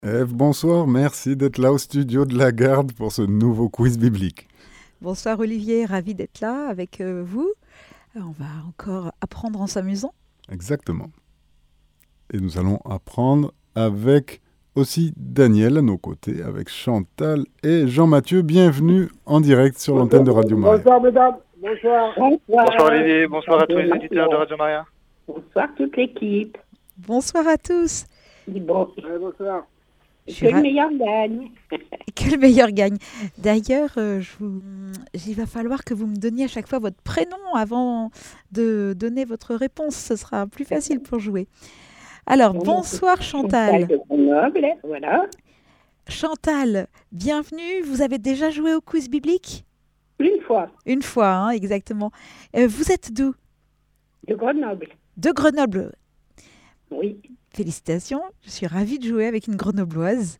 Ève, bonsoir, merci d'être là au studio de la Garde pour ce nouveau quiz biblique. Bonsoir Olivier, ravi d'être là avec vous. On va encore apprendre en s'amusant. Exactement. Et nous allons apprendre avec aussi Daniel à nos côtés, avec Chantal et Jean-Mathieu. Bienvenue en direct sur l'antenne de Radio Maria. Bonsoir mesdames, bonsoir. Bonsoir Olivier, bonsoir à tous les auditeurs de Radio Maria. Bonsoir toute l'équipe. Bonsoir à tous. Bon, Bonsoir. Je que le meilleur gagne. Que le meilleur gagne. D'ailleurs, il va falloir que vous me donniez à chaque fois votre prénom avant de donner votre réponse. Ce sera plus facile pour jouer. Alors, bonsoir Chantal. De Grenoble, voilà. Chantal, bienvenue. Vous avez déjà joué au quiz biblique ? Une fois, Une fois, hein, exactement. Vous êtes d'où ? de Grenoble. De Grenoble. Oui. Félicitations, je suis ravie de jouer avec une grenobloise.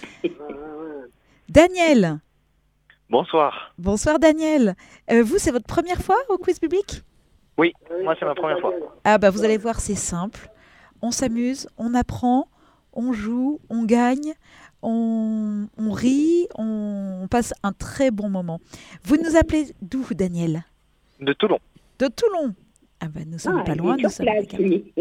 Daniel, Bonsoir. bonsoir Daniel. Vous, c'est votre première fois au quiz biblique ? Oui, moi c'est ma première fois. Ah bah vous allez voir, c'est simple. On s'amuse, on apprend, on joue, on gagne, on rit, on passe un très bon moment. Vous nous appelez d'où, Daniel ? De Toulon. De Toulon. Ah bah nous sommes pas il loin, est nous sur sommes place, impeccable. lui.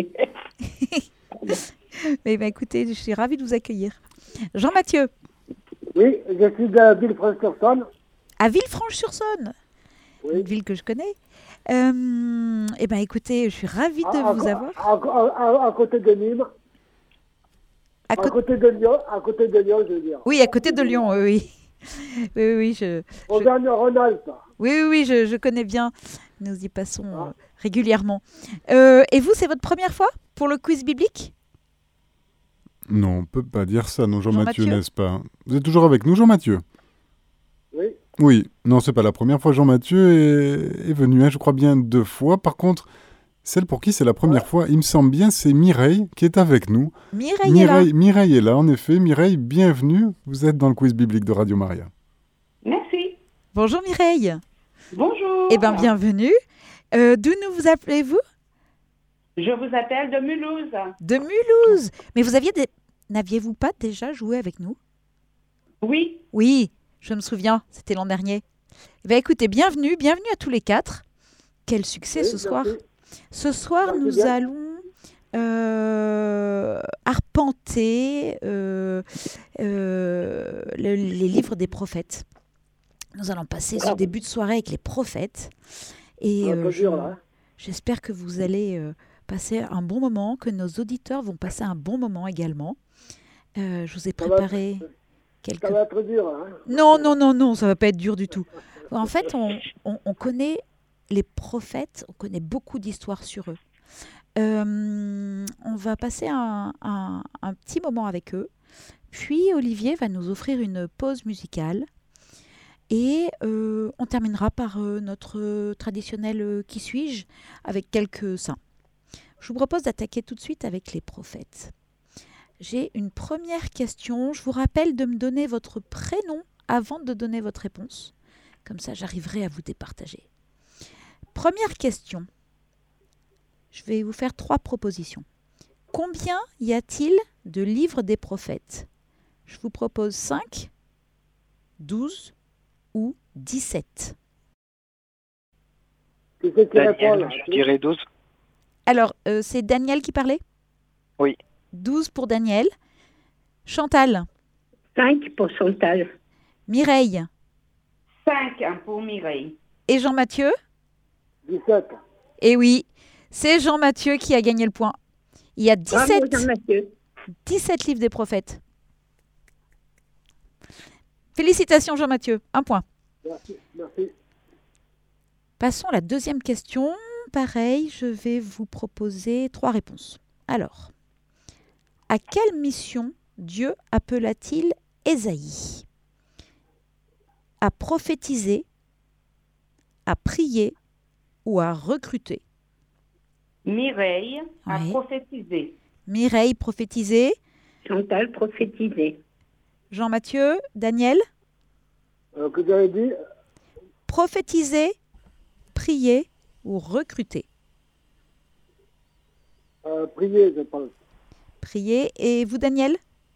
Mais bah, écoutez, je suis ravie de vous accueillir. Jean-Mathieu, Oui, je suis de Villefranche-sur-Saône. à Villefranche-sur-Saône, Oui. une ville que je connais. Eh ben écoutez, je suis ravie de vous avoir. À côté de Nîmes. À À côté- côté de Lyon, je veux dire. Oui, à côté de Lyon, oui. Oui, Auvergne-Rhône-Alpes. oui, je connais bien. Nous y passons régulièrement. Et vous, c'est votre première fois pour le quiz biblique ? Non, on ne peut pas dire ça, non, Jean-Mathieu, Jean-Mathieu n'est-ce pas ? Vous êtes toujours avec nous, Jean-Mathieu ? Oui. Oui, non, c'est pas la première fois. Jean-Mathieu est venu, je crois bien 2 fois. Par contre, celle pour qui c'est la première fois, il me semble bien, c'est Mireille qui est avec nous. Mireille est là. Mireille est là, en effet. Mireille, bienvenue. Vous êtes dans le quiz biblique de Radio Maria. Merci. Bonjour Mireille. Bonjour. Eh bien, bienvenue. D'où vous appelez-vous ? Je vous appelle de Mulhouse. De Mulhouse. Mais n'aviez-vous pas déjà joué avec nous ? Oui. Oui, je me souviens, c'était l'an dernier. Eh bien, écoutez, bienvenue à tous les 4. Quel succès ce soir. merci. Ce soir, Merci nous bien. allons arpenter les livres des prophètes. Nous allons passer ce début de soirée avec les prophètes. Et Un peu dur, là. j'espère que vous allez passer un bon moment, que nos auditeurs vont passer un bon moment également. Je vous ai Ça va préparé quelques... Ça va être dur, hein. Non, ça va pas être dur du tout. En fait, on connaît les prophètes, on connaît beaucoup d'histoires sur eux. On va passer un petit moment avec eux. Puis Olivier va nous offrir une pause musicale. Et on terminera par notre traditionnel Qui suis-je avec quelques saints. Je vous propose d'attaquer tout de suite avec les prophètes. J'ai une première question. Je vous rappelle de me donner votre prénom avant de donner votre réponse. Comme ça, j'arriverai à vous départager. Première question. Je vais vous faire 3 propositions. Combien y a-t-il de livres des prophètes ? Je vous propose 5, 12 ou 17. Tu sais qui répond, Daniel, là. je dirais 12. Alors, c'est Daniel qui parlait ? Oui. 12 pour Daniel. Chantal, 5 pour Chantal. Mireille 5 pour Mireille. et Jean-Mathieu ? 17. Et oui, c'est Jean-Mathieu qui a gagné le point. Il y a Bravo Jean-Mathieu. 17 livres des prophètes. Félicitations Jean-Mathieu, 1 point. Merci. Passons à la deuxième question. Pareil, je vais vous proposer 3 réponses. Alors, à quelle mission Dieu appela-t-il Ésaïe ? À prophétiser, à prier ou à recruter ? Mireille a Oui. prophétisé. Mireille, prophétiser. Chantal prophétisé. Jean-Mathieu, Daniel, Que vous avez dit prophétiser, prier ou recruter ? prier, je pense. Prier. Et vous, Daniel ?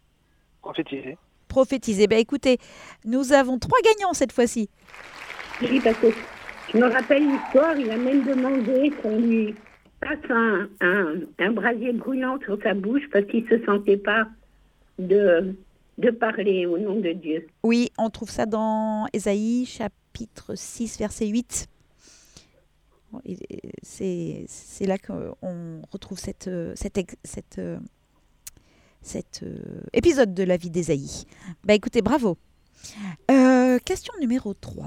Prophétiser. Prophétiser. Ben écoutez, nous avons 3 gagnants cette fois-ci. Oui, parce que je me rappelle l'histoire, il a même demandé qu'on lui passe un brasier brûlant sur sa bouche parce qu'il ne se sentait pas de parler au nom de Dieu. Oui, on trouve ça dans Ésaïe, chapitre 6, verset 8. C'est là qu'on retrouve cet épisode de la vie d'Ésaïe. Bah écoutez, bravo. Question numéro 3.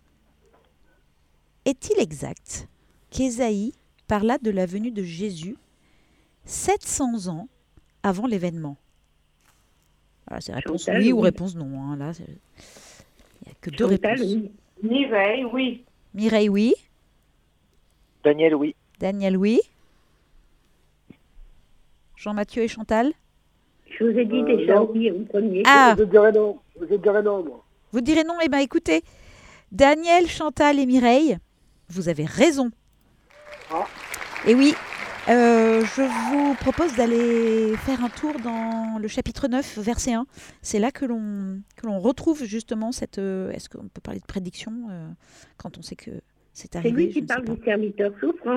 Est-il exact qu'Ésaïe parla de la venue de Jésus 700 ans avant l'événement? Voilà, c'est réponse Chantal, oui ou oui. réponse non. Hein. Là, il n'y a que 2 Chantal, réponses. oui. Mireille, oui. Mireille, oui. Daniel, oui. Daniel, oui. Jean-Mathieu et Chantal? Je vous ai dit déjà non. oui au premier. Ah, Je dirais non. Je dirais non, moi. vous direz non? Eh bien, écoutez, Daniel, Chantal et Mireille, vous avez raison. Ah. Et oui, je vous propose d'aller faire un tour dans le chapitre 9, verset 1. C'est là que l'on retrouve justement cette... Est-ce qu'on peut parler de prédiction quand on sait que c'est C'est arrivé? lui Je qui ne sais parle pas. du serviteur souffrant.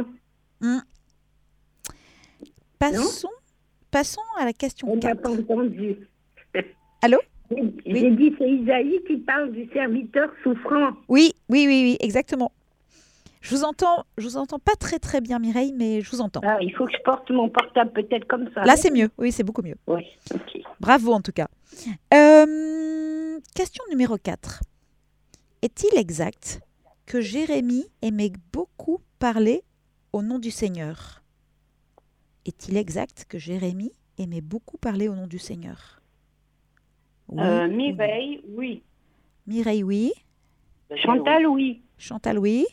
Passons à la question On n'a 4. pas entendu. Allô? J'ai dit c'est Isaïe qui parle du serviteur souffrant. Oui, exactement. Je vous entends pas très très bien, Mireille, mais je vous entends. Ah, il faut que je porte mon portable peut-être comme ça. Là, c'est mieux. Oui, c'est beaucoup mieux. Oui, ok. Bravo en tout cas. Question numéro 4. Est-il exact que Jérémie aimait beaucoup parler au nom du Seigneur? Est-il exact que Jérémie aimait beaucoup parler au nom du Seigneur? Oui ou non? Mireille, oui. Mireille, oui. Chantal, oui. Chantal, oui.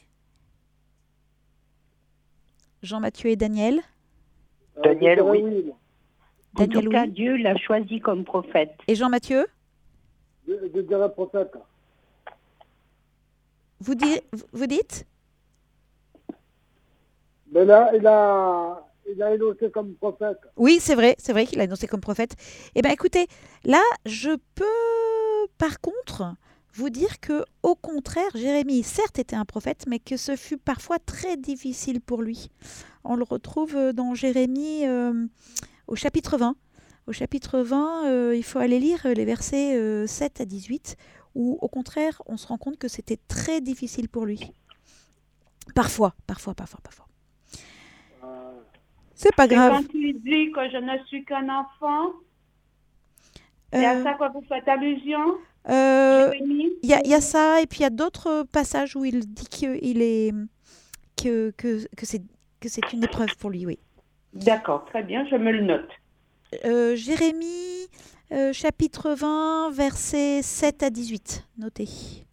Jean-Mathieu et Daniel? Daniel, je dirais oui. moi. En Daniel, tout cas, oui. Dieu l'a choisi comme prophète. Et Jean-Mathieu? Je dirais prophète. Vous dites? Mais là, il a énoncé comme prophète. Oui, c'est vrai qu'il a annoncé comme prophète. Eh bien, écoutez, là, je peux, par contre, vous dire que, au contraire, Jérémie, certes, était un prophète, mais que ce fut parfois très difficile pour lui. On le retrouve dans Jérémie au chapitre 20. Au chapitre 20, il faut aller lire les versets 7 à 18, où, au contraire, on se rend compte que c'était très difficile pour lui. Parfois. C'est pas C'est grave. quand tu dis que je ne suis qu'un enfant, c'est à ça que vous faites allusion, Jérémie? Il y a ça, et puis il y a d'autres passages où il dit que c'est une épreuve pour lui, oui. D'accord, très bien, je me le note. Jérémie, chapitre 20, versets 7 à 18. Notez.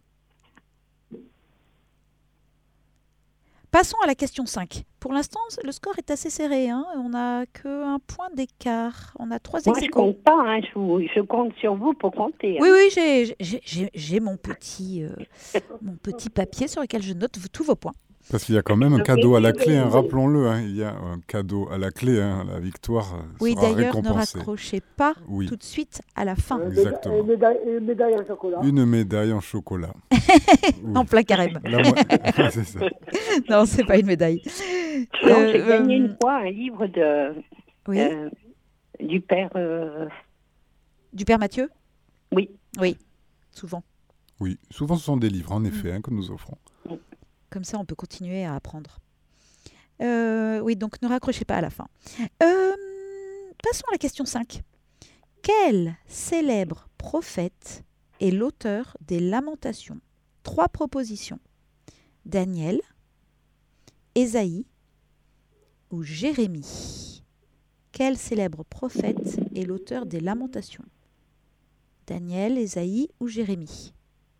Passons à la question 5. Pour l'instant, le score est assez serré. Hein. On n'a qu'un point d'écart. On a 3 Moi, je ex-aequo. compte pas. Hein. Je compte sur vous pour compter. Hein. Oui, j'ai mon petit papier sur lequel je note tous vos points. Parce qu'il y a quand même un cadeau à la clé, hein, Oui. rappelons-le. Hein, il y a un cadeau à la clé, hein, la victoire Oui, sera d'ailleurs, ne récompensée. raccrochez pas Oui. tout de suite à la fin. Exactement. Une médaille en chocolat. Une médaille en chocolat. Oui. En plein carême. C'est ça. Non, c'est pas une médaille. Non, j'ai gagné une fois un livre Oui, du père. du Père Mathieu? Oui. Oui, souvent. Oui, souvent ce sont des livres, en effet, hein, que nous offrons. Comme ça, on peut continuer à apprendre. Oui, donc ne raccrochez pas à la fin. Passons à la question 5. Quel célèbre prophète est l'auteur des Lamentations? 3 propositions. Daniel, Ésaïe ou Jérémie? Quel célèbre prophète est l'auteur des Lamentations? Daniel, Ésaïe ou Jérémie?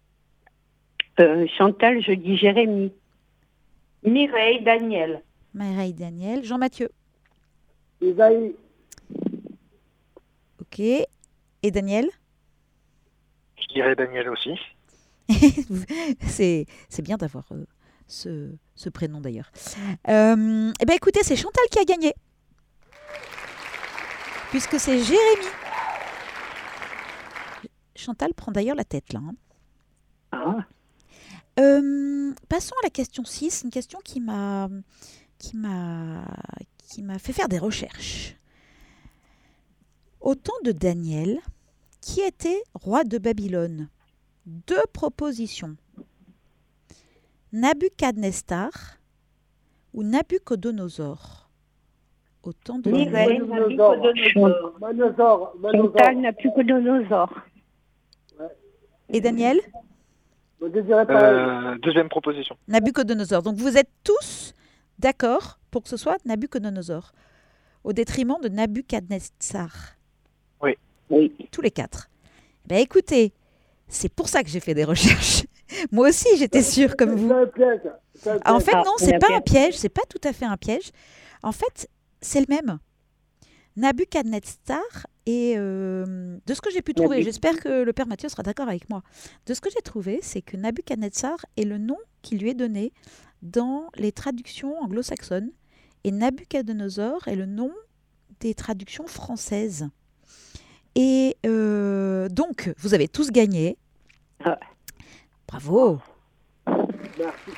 Chantal, je dis Jérémie. Mireille, Daniel. Mireille, Daniel. Jean-Mathieu. Isaïe. Ok. Et Daniel? Je dirais Daniel aussi. C'est bien d'avoir ce prénom d'ailleurs. Eh bien écoutez, c'est Chantal qui a gagné. Puisque c'est Jérémie Chantal prend d'ailleurs la tête là. Ah, Passons à la question 6, une question qui m'a fait faire des recherches. Au temps de Daniel, qui était roi de Babylone? 2 propositions. Nabuchadnezzar ou Nabuchodonosor? Au temps de Daniel. Nabuchodonosor. Chantal n'a plus que Nabuchodonosor. Et Daniel? Je dirais pas. Deuxième proposition. Nabuchodonosor. Donc vous êtes tous d'accord pour que ce soit Nabuchodonosor, au détriment de Nabuchadnezzar. Oui. Tous les 4. Ben écoutez, c'est pour ça que j'ai fait des recherches. Moi aussi, j'étais sûre comme vous. C'est un piège. En fait, non, c'est c'est un pas piège. un piège, c'est pas tout à fait un piège. En fait, c'est le même. Nabuchadnezzar et de ce que j'ai pu trouver, j'espère que le père Mathieu sera d'accord avec moi. De ce que j'ai trouvé, c'est que Nabuchadnezzar est le nom qui lui est donné dans les traductions anglo-saxonnes et Nabuchodonosor est le nom des traductions françaises. Et donc, vous avez tous gagné. Ah. Bravo. Merci.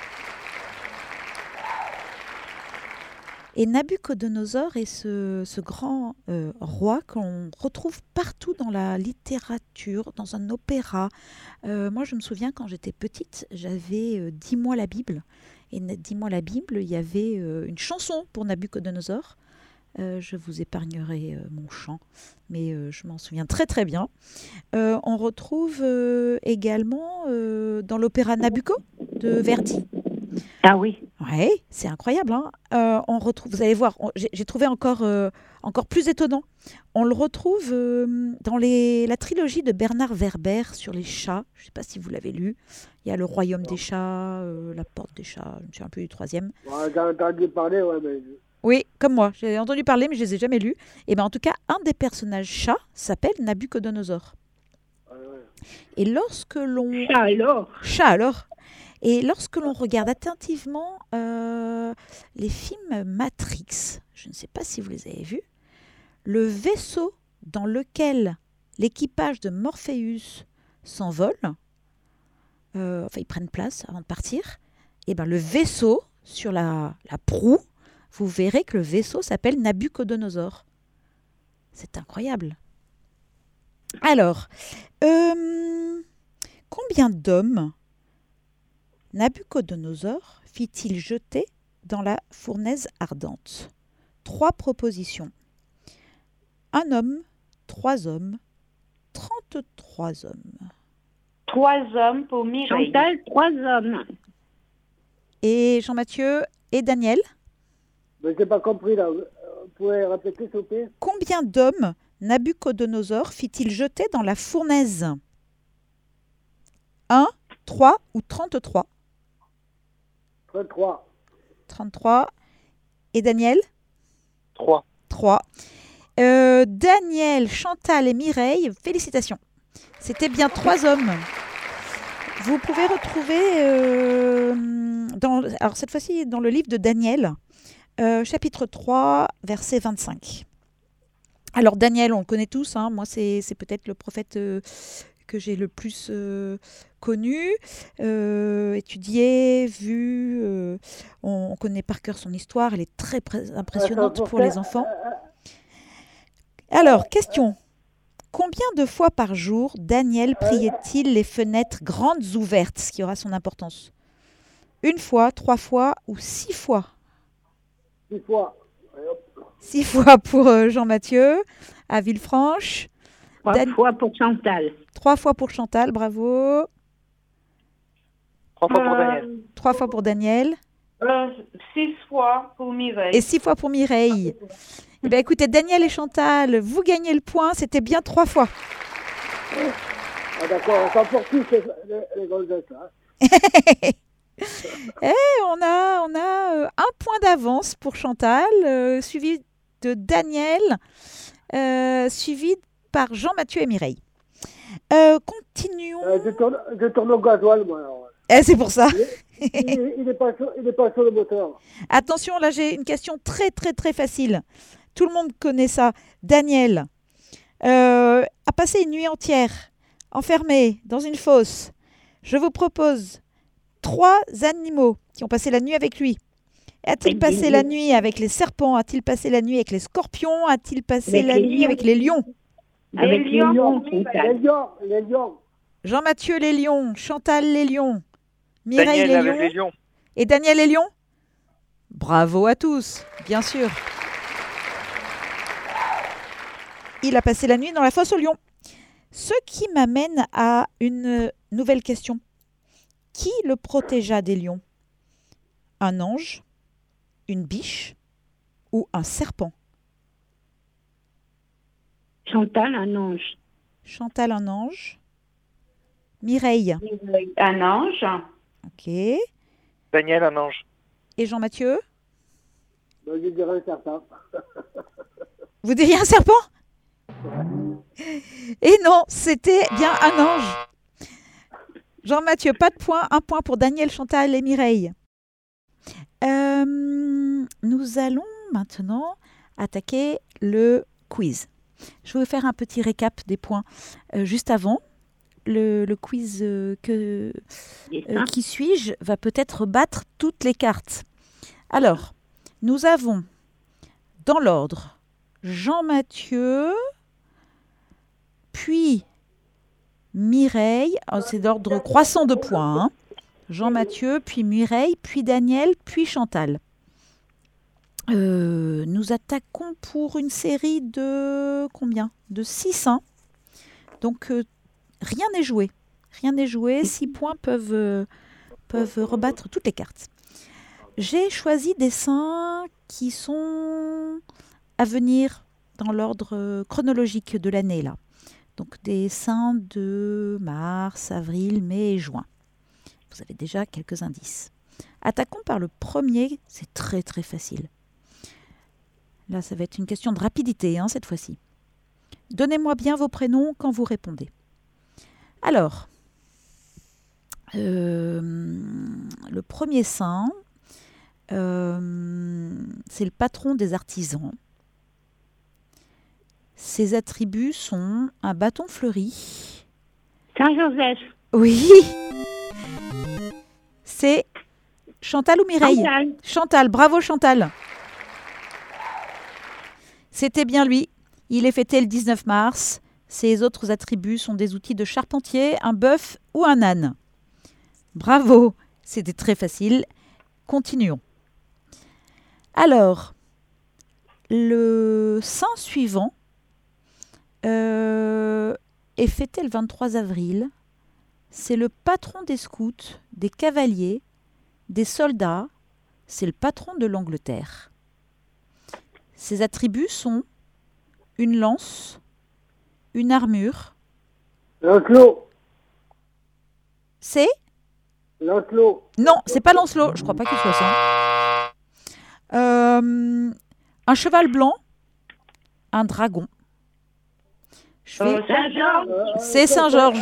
Et Nabuchodonosor est ce grand roi qu'on retrouve partout dans la littérature, dans un opéra. Moi, je me souviens, quand j'étais petite, j'avais 10 mois la Bible. Et 10 mois la Bible, il y avait une chanson pour Nabuchodonosor. Je vous épargnerai mon chant, mais je m'en souviens très très bien. On retrouve également dans l'opéra Nabucco de Verdi. Ah oui. Oui, c'est incroyable. Hein. On retrouve, vous allez voir, j'ai trouvé encore plus étonnant. On le retrouve dans la trilogie de Bernard Werber sur les chats. Je ne sais pas si vous l'avez lu. Il y a Le Royaume des chats, La Porte des chats, je me souviens un peu du 3e. Ouais, j'ai entendu parler, ouais, mais. Oui, comme moi. J'ai entendu parler, mais je ne les ai jamais lus. Et ben, en tout cas, un des personnages chats s'appelle Nabuchodonosor. Ouais. Et lorsque l'on... Chat alors. Et lorsque l'on regarde attentivement les films Matrix, je ne sais pas si vous les avez vus, le vaisseau dans lequel l'équipage de Morpheus s'envole, enfin ils prennent place avant de partir, et ben le vaisseau sur la proue, vous verrez que le vaisseau s'appelle Nabuchodonosor. C'est incroyable. Alors, combien d'hommes Nabuchodonosor fit-il jeter dans la fournaise ardente? 3 propositions. 1 homme, 3 hommes, 33 hommes. 3 hommes pour Mireille. Chantal, 3 hommes. Et Jean-Mathieu et Daniel? Mais j'ai pas compris là. Vous pouvez répéter, s'il vous plaît? Combien d'hommes Nabuchodonosor fit-il jeter dans la fournaise? 1, 3 ou 33? 33. 33. Et Daniel? 3. 3. Daniel, Chantal et Mireille, félicitations. C'était bien 3 hommes. Vous pouvez retrouver, alors cette fois-ci dans le livre de Daniel, chapitre 3, verset 25. Alors Daniel, on le connaît tous, hein, moi c'est peut-être le prophète que j'ai le plus connu, étudié, vu. On connaît par cœur son histoire, elle est très impressionnante pour les enfants. Alors, question. Combien de fois par jour Daniel priait-il les fenêtres grandes ouvertes, ce qui aura son importance? 1 fois, 3 fois ou 6 fois? 6 fois. 6 fois pour Jean-Mathieu, à Villefranche. 3 fois pour Chantal. 3 fois pour Chantal, bravo. 3 fois pour Daniel. 3 fois pour Daniel. 6 fois pour Mireille. Et 6 fois pour Mireille. Eh bien, écoutez, Daniel et Chantal, vous gagnez le point. C'était bien 3 fois. Ah d'accord, on s'en porte tous les gonzesses. Hein. On a 1 point d'avance pour Chantal, suivi de Daniel, suivi par Jean-Mathieu et Mireille. Continuons. Je tourne au gasoil, moi. Alors. C'est pour ça. Il n'est pas sur le moteur. Attention, là j'ai une question très très très facile. Tout le monde connaît ça. Daniel a passé une nuit entière enfermé dans une fosse. Je vous propose 3 animaux qui ont passé la nuit avec lui. A-t-il passé la nuit avec les serpents? A-t-il passé la nuit avec les scorpions? A-t-il passé la nuit avec les lions? Avec les lions, Les lions. Jean-Mathieu, les lions. Chantal, les lions. Mireille, Daniel les avec lions. les lions. Et Daniel, les lions? Bravo à tous, bien sûr. Il a passé la nuit dans la fosse aux lions. Ce qui m'amène à une nouvelle question. Qui le protégea des lions? Un ange, une biche ou un serpent? Chantal, un ange. Chantal, un ange. Mireille. Un ange. Ok. Daniel, un ange. Et Jean-Mathieu? Ben, je dirais un serpent. Vous diriez un serpent? Et non, c'était bien un ange. Jean-Mathieu, pas de point. 1 point pour Daniel, Chantal et Mireille. Nous allons maintenant attaquer le quiz. Je vais vous faire un petit récap des points juste avant. Le quiz Qui suis-je va peut-être battre toutes les cartes. Alors, nous avons dans l'ordre Jean-Mathieu, puis Mireille. Oh, c'est d'ordre croissant de points. Hein. Jean-Mathieu, puis Mireille, puis Daniel, puis Chantal. Nous attaquons pour une série de combien? De 6. Hein. Donc, rien n'est joué. Rien n'est joué. 6 points peuvent rebattre toutes les cartes. J'ai choisi des saints qui sont à venir dans l'ordre chronologique de l'année, là. Donc, des saints de mars, avril, mai et juin. Vous avez déjà quelques indices. Attaquons par le premier. C'est très, très facile. Là, ça va être une question de rapidité, hein, cette fois-ci. Donnez-moi bien vos prénoms quand vous répondez. Alors, le premier saint, c'est le patron des artisans. Ses attributs sont un bâton fleuri. Saint-Joseph. Oui. C'est Chantal ou Mireille? Chantal. Chantal, bravo Chantal. C'était bien lui. Il est fêté le 19 mars. Ses autres attributs sont des outils de charpentier, un bœuf ou un âne. Bravo, c'était très facile. Continuons. Alors, le saint suivant est fêté le 23 avril. C'est le patron des scouts, des cavaliers, des soldats. C'est le patron de l'Angleterre. Ses attributs sont une lance, une armure. Lancelot. C'est? Lancelot. Non, c'est pas Lancelot. Je crois pas qu'il soit ça. Un cheval blanc, un dragon. Saint-Georges. C'est Saint-Georges.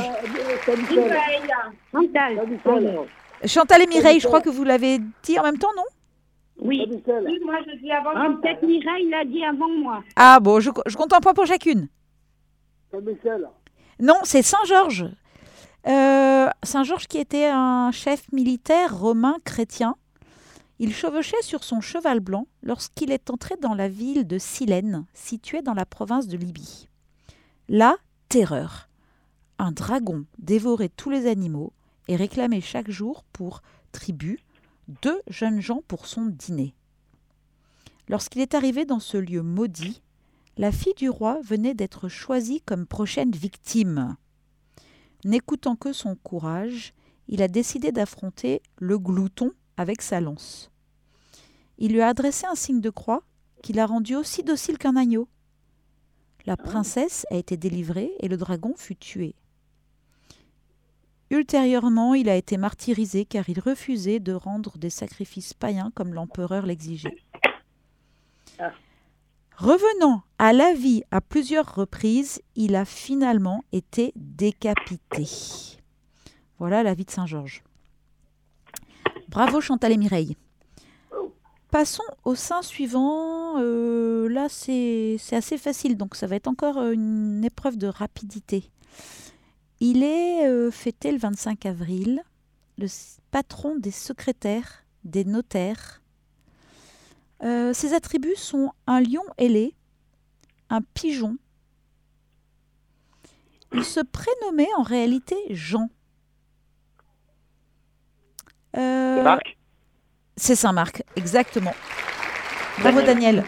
Chantal. Chantal et Mireille, je crois que vous l'avez dit en même temps, non? Oui. Oui, moi je dis avant. Peut-être Mireille l'a dit avant moi. Ah bon, je compte un point pour chacune. Saint-Michel. Non, c'est Saint-Georges. Saint-Georges qui était un chef militaire romain chrétien. Il chevauchait sur son cheval blanc lorsqu'il est entré dans la ville de Silène, située dans la province de Libye. Là, terreur. Un dragon dévorait tous les animaux et réclamait chaque jour pour tribut 2 jeunes gens pour son dîner. Lorsqu'il est arrivé dans ce lieu maudit, la fille du roi venait d'être choisie comme prochaine victime. N'écoutant que son courage, il a décidé d'affronter le glouton avec sa lance. Il lui a adressé un signe de croix qui l'a rendu aussi docile qu'un agneau. La princesse a été délivrée et le dragon fut tué. Ultérieurement, il a été martyrisé car il refusait de rendre des sacrifices païens comme l'empereur l'exigeait. Revenant à la vie à plusieurs reprises, il a finalement été décapité. Voilà la vie de Saint-Georges. Bravo Chantal et Mireille. Passons au saint suivant. Là, c'est assez facile, donc ça va être encore une épreuve de rapidité. Il est fêté le 25 avril, le patron des secrétaires, des notaires. Ses attributs sont un lion ailé, un pigeon. Il se prénommait en réalité Jean. Marc. C'est Saint-Marc, exactement. Bravo Daniel.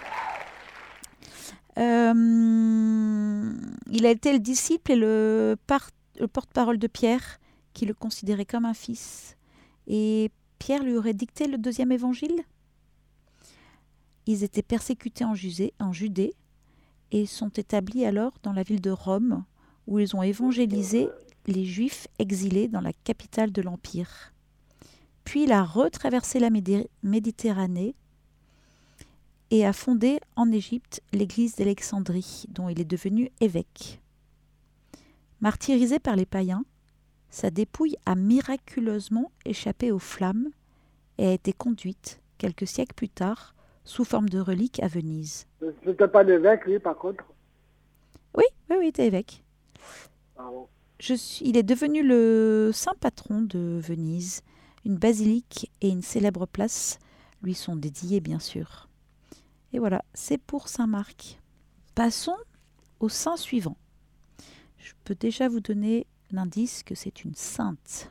Il a été le disciple et le porte-parole de Pierre, qui le considérait comme un fils. Et Pierre lui aurait dicté le 2e évangile. Ils étaient persécutés en Judée et sont établis alors dans la ville de Rome, où ils ont évangélisé les Juifs exilés dans la capitale de l'Empire. Puis il a retraversé la Méditerranée et a fondé en Égypte l'église d'Alexandrie, dont il est devenu évêque. Martyrisé par les païens, sa dépouille a miraculeusement échappé aux flammes et a été conduite, quelques siècles plus tard, sous forme de relique à Venise. C'était pas l'évêque, lui, par contre? Oui, il était évêque. Ah bon. Il est devenu le saint patron de Venise. Une basilique et une célèbre place lui sont dédiées, bien sûr. Et voilà, c'est pour Saint-Marc. Passons au saint suivant. Je peux déjà vous donner l'indice que c'est une sainte.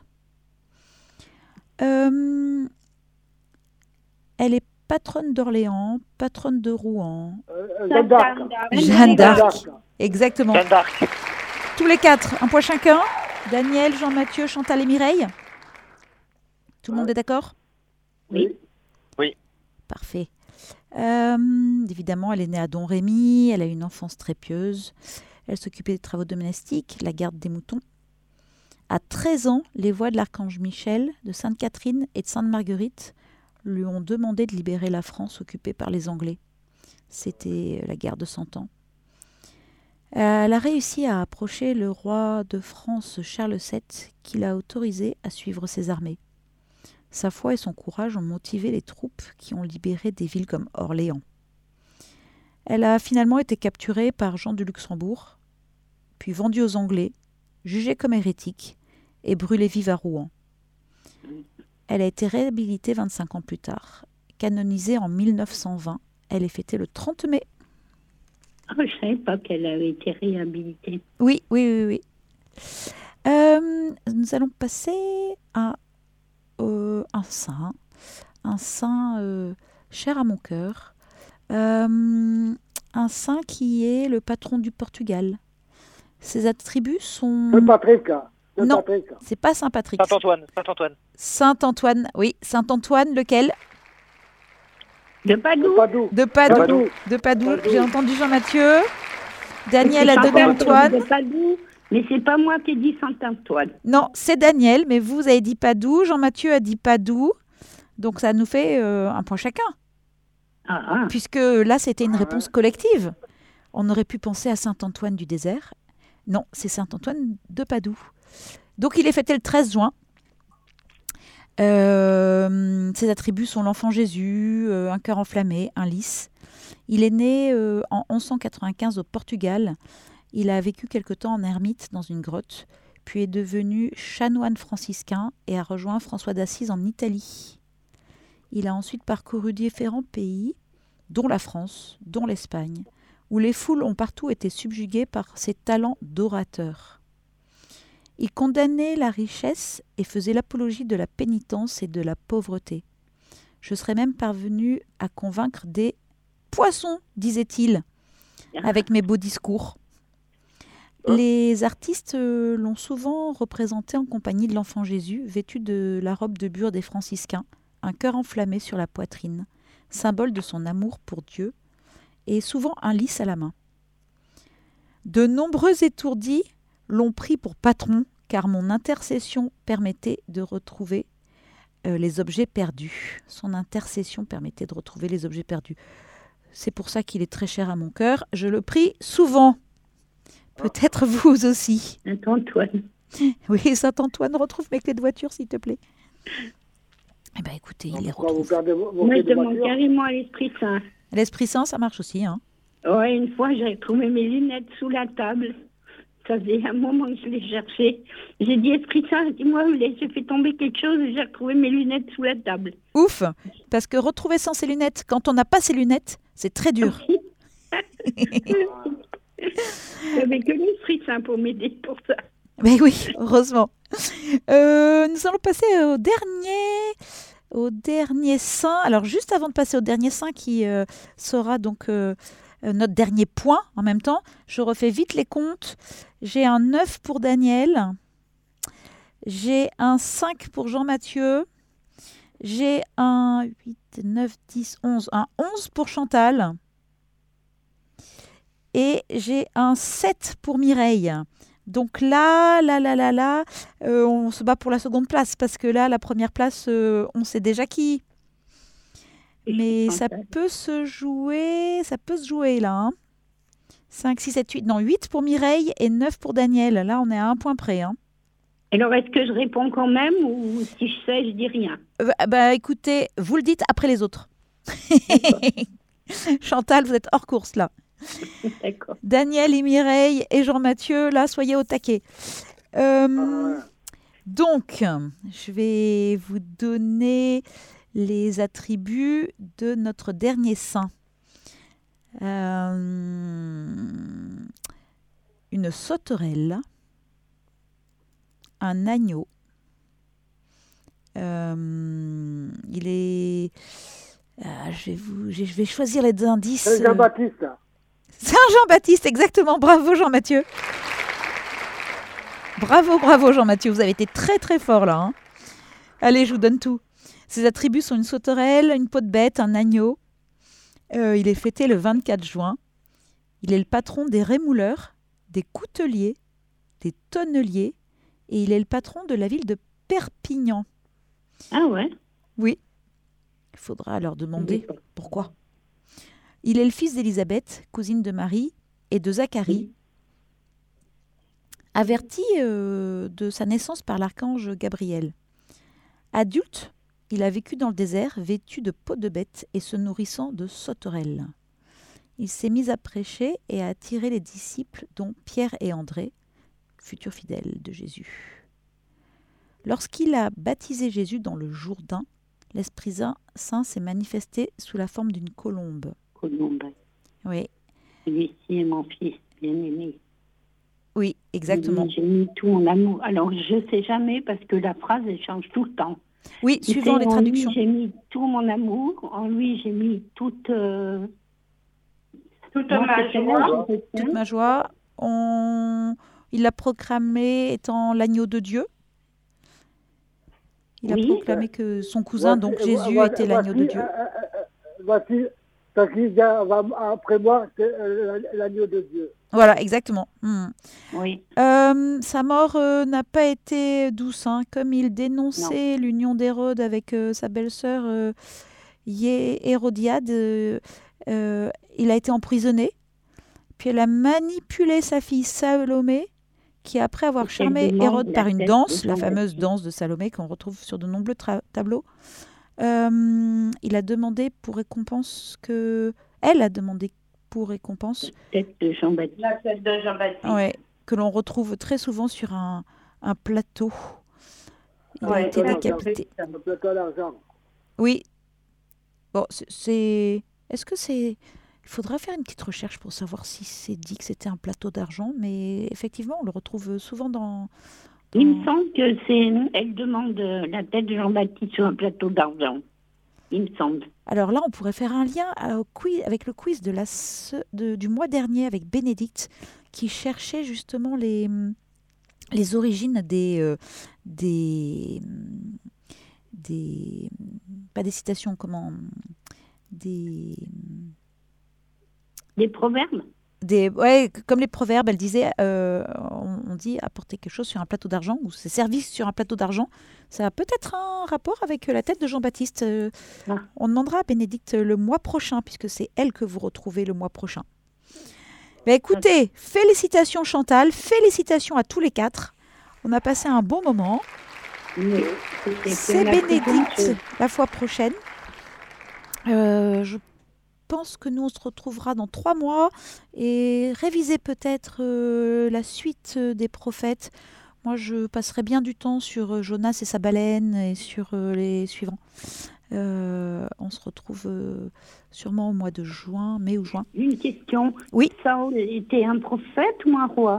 Elle est patronne d'Orléans, patronne de Rouen. Jeanne d'Arc. Jeanne d'Arc. Exactement. Jeanne d'Arc. Tous les 4, un point chacun. Daniel, Jean-Mathieu, Chantal et Mireille. Tout le monde est d'accord? Oui. Parfait. Évidemment, elle est née à Domrémy, elle a eu une enfance très pieuse. Elle s'occupait des travaux domestiques, la garde des moutons. À 13 ans, les voix de l'archange Michel, de Sainte Catherine et de Sainte Marguerite lui ont demandé de libérer la France occupée par les Anglais. C'était la guerre de 100 ans. Elle a réussi à approcher le roi de France Charles VII, qui l'a autorisé à suivre ses armées. Sa foi et son courage ont motivé les troupes qui ont libéré des villes comme Orléans. Elle a finalement été capturée par Jean de Luxembourg, puis vendue aux Anglais, jugée comme hérétique et brûlée vive à Rouen. Elle a été réhabilitée 25 ans plus tard. Canonisée en 1920, elle est fêtée le 30 mai. Ah, je ne savais pas qu'elle avait été réhabilitée. Oui. Nous allons passer à un saint cher à mon cœur, un saint qui est le patron du Portugal. Ses attributs sont... Saint-Patrick. Non, c'est pas Saint-Patrick. Saint-Antoine. Saint-Antoine, oui. Saint-Antoine, lequel? De Padoue. De Padoue. J'ai entendu Jean-Mathieu. Daniel a donné Antoine. De Padoue, mais c'est pas moi qui ai dit Saint-Antoine. Non, c'est Daniel, mais vous avez dit Padoue. Jean-Mathieu a dit Padoue. Donc ça nous fait un point chacun. Puisque là, c'était une réponse collective. On aurait pu penser à Saint-Antoine du désert. Non, c'est Saint-Antoine de Padoue. Donc il est fêté le 13 juin. Ses attributs sont l'enfant Jésus, un cœur enflammé, un lys. Il est né en 1195 au Portugal. Il a vécu quelque temps en ermite dans une grotte, puis est devenu chanoine franciscain et a rejoint François d'Assise en Italie. Il a ensuite parcouru différents pays, dont la France, dont l'Espagne, où les foules ont partout été subjuguées par ses talents d'orateur. Il condamnait la richesse et faisait l'apologie de la pénitence et de la pauvreté. Je serais même parvenu à convaincre des poissons, disait-il, avec mes beaux discours. Les artistes l'ont souvent représenté en compagnie de l'enfant Jésus, vêtu de la robe de bure des franciscains, un cœur enflammé sur la poitrine, symbole de son amour pour Dieu, et souvent un lys à la main. De nombreux étourdis l'ont pris pour patron, car mon intercession permettait de retrouver les objets perdus. Son intercession permettait de retrouver les objets perdus. C'est pour ça qu'il est très cher à mon cœur. Je le prie souvent. Peut-être vous aussi. Saint-Antoine. Oui, Saint-Antoine, retrouve mes clés de voiture, s'il te plaît. Eh bien, écoutez, il les retrouve. Vous perdez vos Moi, clés je de demande voiture? carrément à l'Esprit Saint. L'Esprit Saint, ça marche aussi. Hein. Ouais, une fois, j'ai trouvé mes lunettes sous la table. Ça faisait un moment que je l'ai cherché. J'ai dit, Esprit Saint, dis-moi, j'ai fait tomber quelque chose et j'ai retrouvé mes lunettes sous la table. Ouf, parce que retrouver sans ses lunettes, quand on n'a pas ses lunettes, c'est très dur. J'avais que l'Esprit Saint pour m'aider pour ça. Mais oui, heureusement. Nous allons passer au dernier saint. Alors, juste avant de passer au dernier saint qui sera donc notre dernier point en même temps, je refais vite les comptes. J'ai un 9 pour Daniel. J'ai un 5 pour Jean-Mathieu. J'ai un 8, 9, 10, 11. Un 11 pour Chantal. Et j'ai un 7 pour Mireille. Donc là, on se bat pour la seconde place parce que là, la première place, on sait déjà qui. Mais ça peut se jouer là. Hein. 5, 6, 7, 8. Non, 8 pour Mireille et 9 pour Daniel. Là, on est à un point près. Hein. Alors, est-ce que je réponds quand même ou si je sais, je dis rien? Écoutez, vous le dites après les autres. Chantal, vous êtes hors course là. D'accord. Daniel et Mireille et Jean-Mathieu, là, soyez au taquet. Donc, je vais vous donner les attributs de notre dernier saint. Une sauterelle, un agneau. Il est... je vais choisir les indices. C'est Jean-Baptiste. Saint Jean-Baptiste, exactement. Bravo Jean-Mathieu. Bravo Jean-Mathieu. Vous avez été très très fort là. Hein. Allez, je vous donne tout. Ses attributs sont une sauterelle, une peau de bête, un agneau. Il est fêté le 24 juin. Il est le patron des rémouleurs, des couteliers, des tonneliers et il est le patron de la ville de Perpignan. Ah ouais? Oui. Il faudra leur demander pourquoi. Il est le fils d'Élisabeth, cousine de Marie, et de Zacharie. Averti de sa naissance par l'archange Gabriel. Adulte, il a vécu dans le désert, vêtu de peau de bête et se nourrissant de sauterelles. Il s'est mis à prêcher et à attirer les disciples, dont Pierre et André, futurs fidèles de Jésus. Lorsqu'il a baptisé Jésus dans le Jourdain, l'Esprit Saint s'est manifesté sous la forme d'une colombe. Colombe. Oui. Celui-ci est mon fils bien-aimé. Oui, exactement. J'ai mis tout mon amour. Alors, je ne sais jamais parce que la phrase, elle change tout le temps. Oui, suivant les traductions. En lui, j'ai mis tout mon amour. En lui, j'ai mis toute ma joie. Toute ma joie. Il l'a proclamé étant l'agneau de Dieu. Il a proclamé que son cousin, donc Jésus, était l'agneau de Dieu. Voici, ce qui vient après moi, c'est l'agneau de Dieu. Voilà, exactement. Oui. Sa mort n'a pas été douce. Hein. Comme il dénonçait l'union d'Hérode avec sa belle-sœur Hérodiade, il a été emprisonné. Puis elle a manipulé sa fille Salomé, qui après avoir charmé Hérode par une danse, la fameuse danse de Salomé qu'on retrouve sur de nombreux tableaux, il a demandé pour récompense que... Elle a demandé pour récompense... La tête de Jean-Baptiste. La tête de Jean-Baptiste. Ouais, que l'on retrouve très souvent sur un plateau. Il a été décapité. Un plateau d'argent. Oui. Bon, c'est... Est-ce que c'est... Il faudra faire une petite recherche pour savoir si c'est dit que c'était un plateau d'argent, mais effectivement, on le retrouve souvent dans... Il me semble que elle demande la tête de Jean-Baptiste sur un plateau d'argent. Il me semble. Alors là, on pourrait faire un lien avec le quiz du mois dernier avec Bénédicte, qui cherchait justement les origines des pas des citations, comment... Des proverbes. Comme les proverbes, elle disait, on dit apporter quelque chose sur un plateau d'argent ou c'est servi sur un plateau d'argent. Ça a peut-être un rapport avec la tête de Jean-Baptiste. On demandera à Bénédicte le mois prochain, puisque c'est elle que vous retrouvez le mois prochain. Écoutez, félicitations Chantal, félicitations à tous les quatre. On a passé un bon moment. C'est Bénédicte la fois prochaine. Je pense que nous, on se retrouvera dans 3 mois et réviser peut-être la suite des prophètes. Moi, je passerai bien du temps sur Jonas et sa baleine et sur les suivants. On se retrouve sûrement au mois de juin, mai ou juin. Une question. Oui. Saül était un prophète ou un roi?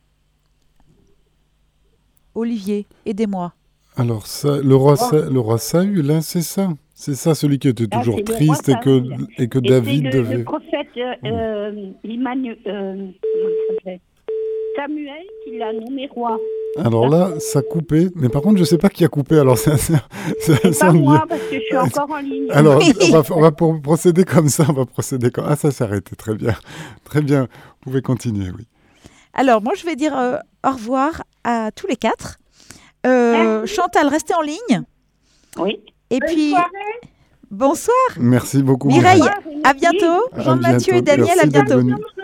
Olivier, aidez-moi. Alors, ça, le roi Saül, hein, c'est ça. C'est ça, celui qui était toujours triste et que David devait... Le prophète Emmanuel, comment il s'appelait, Samuel, qui l'a nommé roi. Alors là, ça coupait. Mais par contre, je ne sais pas qui a coupé. Alors, c'est pas moi, parce que je suis encore en ligne. Alors, on va procéder comme ça. Ah, ça s'est arrêté. Très bien. Très bien. Vous pouvez continuer, oui. Alors, moi, je vais dire au revoir à tous les 4. Chantal, restez en ligne. Oui. Et puis, bonsoir. Merci beaucoup. Mireille, à bientôt. Jean-Mathieu et Daniel, à bientôt.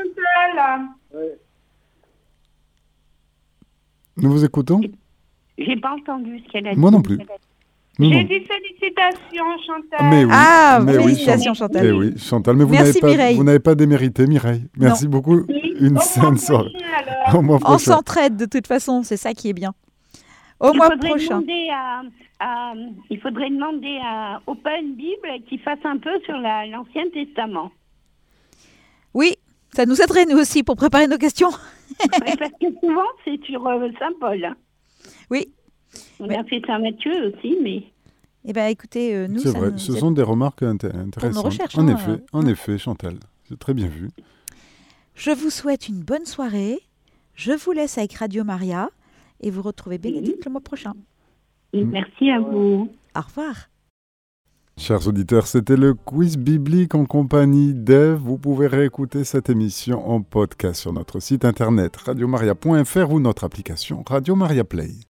Nous vous écoutons. J'ai pas entendu ce qu'elle a dit. Moi non plus. J'ai dit félicitations, Chantal. Mais félicitations, Chantal. Mais oui, Chantal. Mais vous n'avez pas démérité, Mireille. Merci beaucoup. Une sainte soirée. On s'entraide de toute façon, c'est ça qui est bien. Au mois prochain. Il faudrait demander à Open Bible qu'il fasse un peu sur l'Ancien Testament. Oui, ça nous aiderait nous aussi pour préparer nos questions. Parce que souvent, c'est sur Saint-Paul. Oui. On a fait Saint-Matthieu aussi, mais... Eh bien, écoutez, nous... C'est vrai, ce sont des remarques intéressantes. Pour nos recherches, en effet, Chantal. C'est très bien vu. Je vous souhaite une bonne soirée. Je vous laisse avec Radio Maria et vous retrouvez Bénédicte le mois prochain. Merci à vous. Au revoir. Chers auditeurs, c'était le quiz biblique en compagnie d'Ève. Vous pouvez réécouter cette émission en podcast sur notre site internet radiomaria.fr ou notre application Radio Maria Play.